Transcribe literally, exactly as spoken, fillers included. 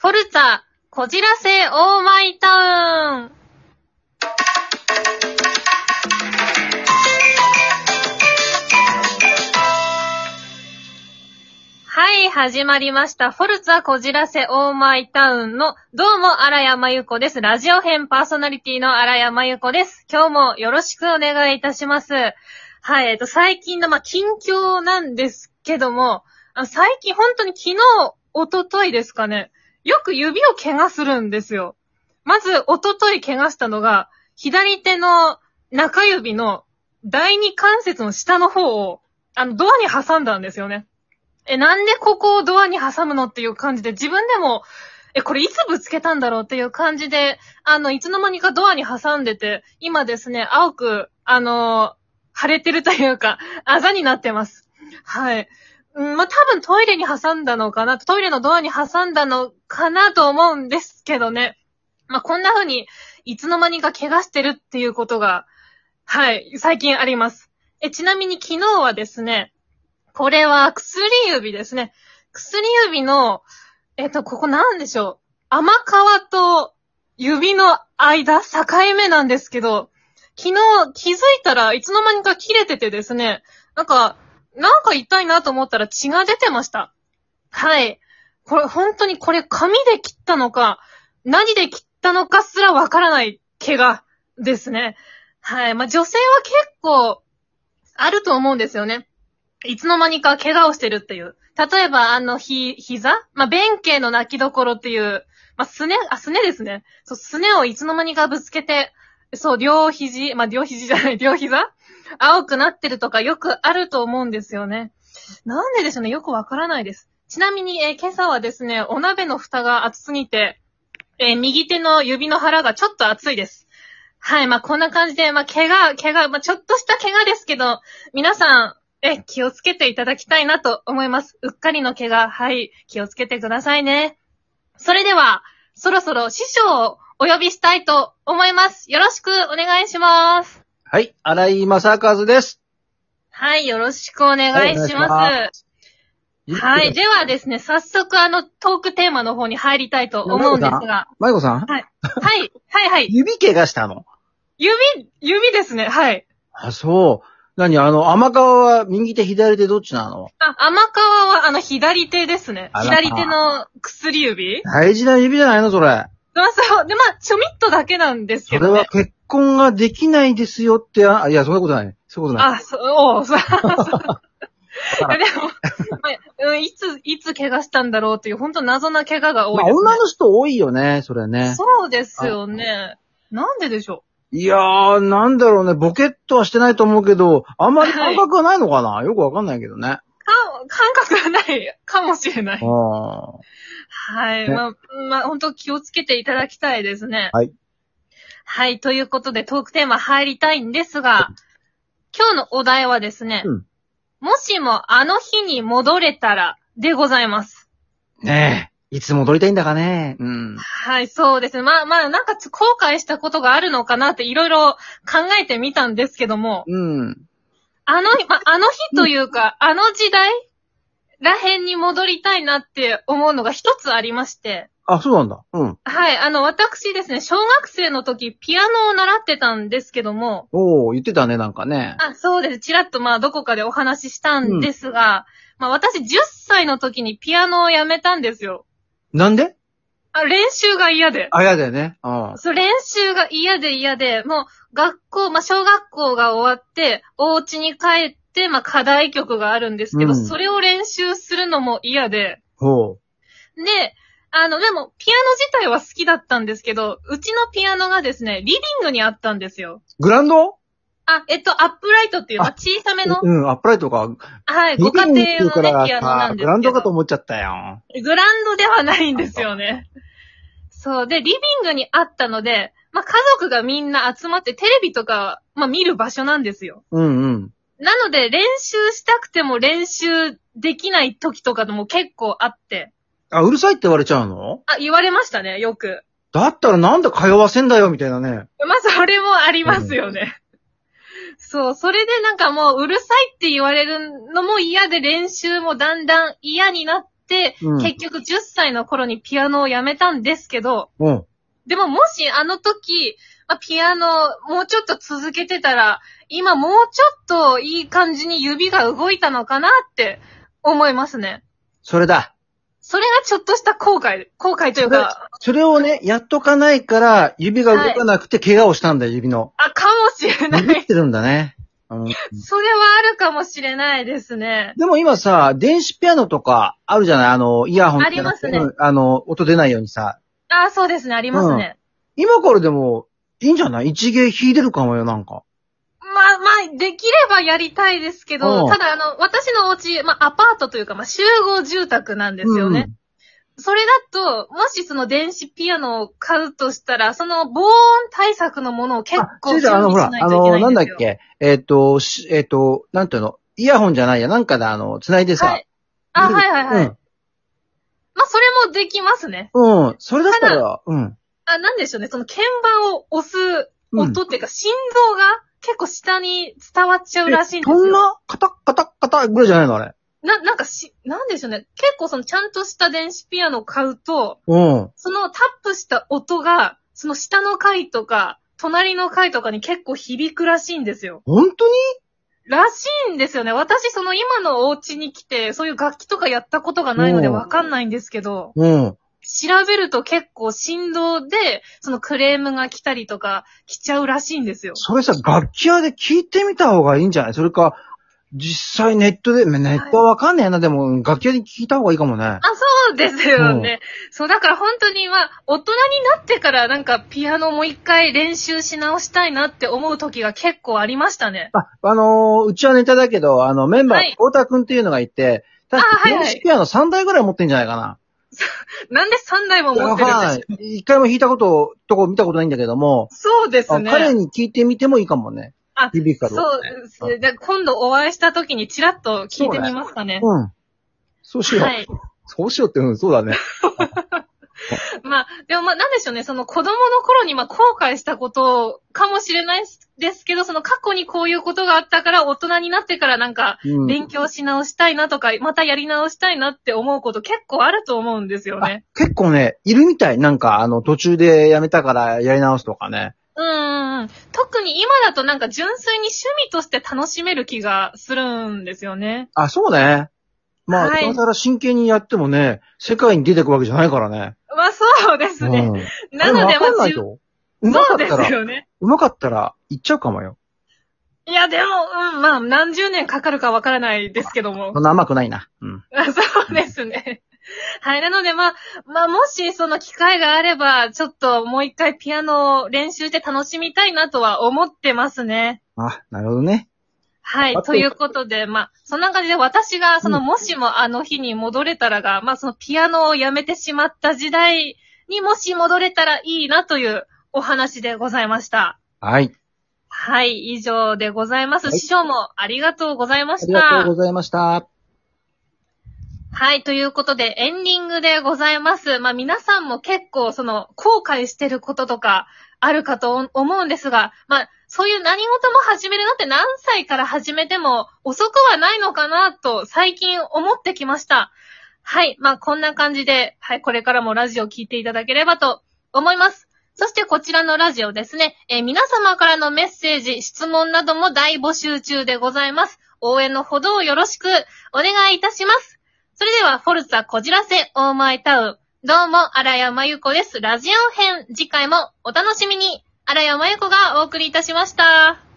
フォルツァ、こじらせオーマイタウン。はい、始まりました。フォルツァこじらせオーマイタウンの、どうも、荒谷真由子です。ラジオ編パーソナリティの荒谷真由子です。今日もよろしくお願いいたします。はい、えっと、最近の、まあ、近況なんですけども、あ最近本当に昨日、一昨日ですかね、よく指を怪我するんですよ。まず、一昨日怪我したのが、左手の中指の第二関節の下の方を、あの、ドアに挟んだんですよね。え、なんでここをドアに挟むのっていう感じで、自分でも、え、これいつぶつけたんだろうっていう感じで、あの、いつの間にかドアに挟んでて、今ですね、青く、あのー、腫れてるというか、あざになってます。はい。うん、まあ、多分トイレに挟んだのかな、トイレのドアに挟んだのかなと思うんですけどね。まあ、こんな風に、いつの間にか怪我してるっていうことが、はい、最近あります。え、ちなみに昨日はですね、これは薬指ですね。薬指の、えっと、ここなんでしょう。甘皮と指の間、境目なんですけど、昨日気づいたらいつの間にか切れててですね、なんか、なんか痛いなと思ったら血が出てました。はい。これ、本当にこれ紙で切ったのか、何で切ったのかすらわからない怪我ですね。はい。まあ、女性は結構あると思うんですよね。いつの間にか怪我をしてるっていう。例えば、あの、ひ、膝まあ、弁慶の泣きどころっていう、まあ、すね、あ、すねですね。そう、すねをいつの間にかぶつけて、そう、両肘、まあ、両肘じゃない、両膝青くなってるとかよくあると思うんですよね。なんででしょうね、よくわからないです。ちなみに、えー、今朝はですね、お鍋の蓋が熱すぎて、えー、右手の指の腹がちょっと熱いです。はい、まあ、こんな感じで、まあ、怪我、怪我、まあ、ちょっとした怪我ですけど、皆さん、え、気をつけていただきたいなと思います。うっかりの怪我、はい、気をつけてくださいね。それでは、そろそろ師匠をお呼びしたいと思います。よろしくお願いします。 はい、荒井正和です。 はい、よろしくお願いします。 はい、お願いします。 はい、ではですね、早速あのトークテーマの方に入りたいと思うんですが。 まいこさん？ はい。はい、はい、はい。 指怪我したの？ 指、指ですね、はい。 あ、そう。何あの、甘皮は右手左手どっちなの？ あ、甘皮はあの左手ですね。左手の薬指？ 大事な指じゃないのそれ。 まあそう。で、まあ、ちょみっとだけなんですけどね。 それは結婚ができないですよって、あ、いや、そんなことない。そういうことない。 あ、そう、おそう。でも、まあ、いつ、いつ怪我したんだろうっていう、本当謎な怪我が多いですね。 まあ、女の人多いよね、それね。 そうですよね。なんででしょう。いやー、なんだろうね、ボケっとはしてないと思うけど、あんまり感覚がないのかな、はい、よくわかんないけどね。か、 感覚がないかもしれない。 ああ。 はい。ね、まあ、まあ、本当気をつけていただきたいですね。 はい。 はい。ということで、トークテーマ入りたいんですが、今日のお題はですね、うん、もしもあの日に戻れたらでございます。 ねえ、いつ戻りたいんだかね。うん。 はい、そうですね。まあまあ、なんか後悔したことがあるのかなっていろいろ考えてみたんですけども、 うん。 あの、まあ、あの日というか、うん、あの時代らへんに戻りたいなって思うのが一つありまして。 あ、そうなんだ。うん。 はい、あの、私ですね、小学生の時、ピアノを習ってたんですけども。 おー、言ってたね、なんかね。 あ、そうです。ちらっとまあ、どこかでお話ししたんですが、うん、まあ、私じゅっさいの時にピアノをやめたんですよ。 なんで？ あ、練習が嫌で。 あ、嫌だよね。 うん。そう、練習が嫌で嫌で、もう、学校、まあ、小学校が終わって、お家に帰って、まあ、課題曲があるんですけど、うん、それを練習するのも嫌で。 ほう。 で、あの、でも、ピアノ自体は好きだったんですけど、うちのピアノがですね、リビングにあったんですよ。 グランド？ あ、えっと、アップライトっていう、まあ、小さめの。 うん、アップライトか。 はい、ご家庭のね、ピアノなんですけど。 グランドかと思っちゃったよ。 グランドではないんですよね。そう。で、リビングにあったので、まあ、家族がみんな集まってテレビとか、まあ、見る場所なんですよ。 うんうん。 なので、練習したくても練習できない時とかでも結構あって。 あ、うるさいって言われちゃうの？ あ、言われましたね、よく。 だったらなんで通わせんだよ、みたいなね。 まあ、それもありますよね。うん、そう、それでなんかもううるさいって言われるのも嫌で練習もだんだん嫌になっ 、 うん結局じゅっさいの頃にピアノをやめたんですけど、 うん。 でももしあの時、まあ、ピアノもうちょっと続けてたら、今もうちょっといい感じに指が動いたのかなって思いますね。 それだ。 それがちょっとした後悔、後悔というか、 それをね、やっとかないから、指が動かなくて怪我をしたんだよ、指の。 あ、かもしれない。 ビビってるんだね。うん、 それはあるかもしれないですね。 でも今さ、電子ピアノとかあるじゃないあの、イヤホンとか。 ありますねうんあの、音出ないようにさ。 あ、そうですね、ありますね。 今からでも、いいんじゃない一芸弾いてるかもよ、なんか。 まあまあ、できればやりたいですけうど、 んただあの、私のお家、まあアパートというか、まあ集合住宅なんですよね。それだと、もしその電子ピアノを買うとしたら、その防音対策のものを結あ、 構違う違う、あの、ほら、 準備しあの、 ないといけないなんんですよ。 だっけ、えっ、と、しえっ、と、なんていうの、イヤホンじゃないや、なんかであの、繋いでさ。 はい。あ、はいはいはい。 うん。 まあそれもできますね。 うん。それだったら、うん。 あ、なんでしょうね。その鍵盤を押すうん音っていうか、振動が結構下に伝わっちゃうらしいんですよ。 そんな、カタッカタッカタッぐらいじゃないのあれ。 な、なんかし、なんでしょうね。結構そのちゃんとした電子ピアノを買うと、 うん。 そのタップした音が、その下の階とか、隣の階とかに結構響くらしいんですよ。 本当にらしいんですよね。私その今のお家に来て、そういう楽器とかやったことがないのでうんわかんないんですけど、 うん。 調べると結構振動で、そのクレームが来たりとか、来ちゃうらしいんですよ。 それさ、楽器屋で聞いてみた方がいいんじゃないそれか、実際ネットで、ネットはわかんねえな、でも、楽器屋で聞いた方がいいかもね。 あ、そうですよね。そう、だから本当には、大人になってからなんかピアノもう一回練習し直したいなって思う時が結構ありましたね。 あ、あのーうちはネタだけど、あの、メンバー、 はい太田くんっていうのがいて、確かあはいはい電子ピアノさんだいぐらい持ってんじゃないかな。 なんでさんだいも持ってるんわかんでしょう。 ない一回も弾いたこと、とこ見たことないんだけども、 そうですね。 あ彼に聞いてみてもいいかもね。 あ、 響くかどうかそうです。で今度お会いした時にチラッと聞いてみますかね。 うん。そうしよう。 はい。 そうしようって、うん、そうだね。 まあ、でもまあなんでしょうね、その子供の頃にまあ後悔したことかもしれないですけど、その過去にこういうことがあったから大人になってからなんかうん。 勉強し直したいなとか、またやり直したいなって思うこと結構あると思うんですよね。 結構ね、いるみたい。なんか、あの、途中でやめたからやり直すとかね。 うんうんうん。特に今だとなんか純粋に趣味として楽しめる気がするんですよね。 あ、そうね。まあ、 はい今更真剣にやってもね、世界に出てくわけじゃないからね。 まあそうですね。 うん。 なので、 わかんないじゅと。うまかそうでったら、 すよね。 うまかったら、行っちゃうかもよ。 いや、でも、うん、まあ、何十年かかるかわからないですけどもそ。んな甘くないな。うん。 あそうですね。はい。なので、まあ、まあ、もしその機会があれば、ちょっともう一回ピアノを練習して楽しみたいなとは思ってますね。 あ、なるほどね。 はい。 あとということで、まあ、そんな感じで私が、その、 うんもしもあの日に戻れたらが、まあ、そのピアノをやめてしまった時代にもし戻れたらいいなというお話でございました。 はい。 はい。以上でございます。 はい師匠もありがとうございまありした。 がとうございました。 はい。ということで、エンディングでございます。まあ、皆さんも結構、その、後悔してることとか、あるかと思うんですが、まあ、そういう何事も始めるのって何歳から始めても遅くはないのかなと最近思ってきました。はい。まあ、こんな感じで、はい。これからもラジオ聞いていただければと思います。そしてこちらのラジオですね、えー皆様からのメッセージ、質問なども大募集中でございます。応援のほどをよろしくお願いいたします。それでは、フォルツァこじらせオーマイタウン。どうも、荒谷真由子です。ラジオ編、次回もお楽しみに。荒谷真由子がお送りいたしました。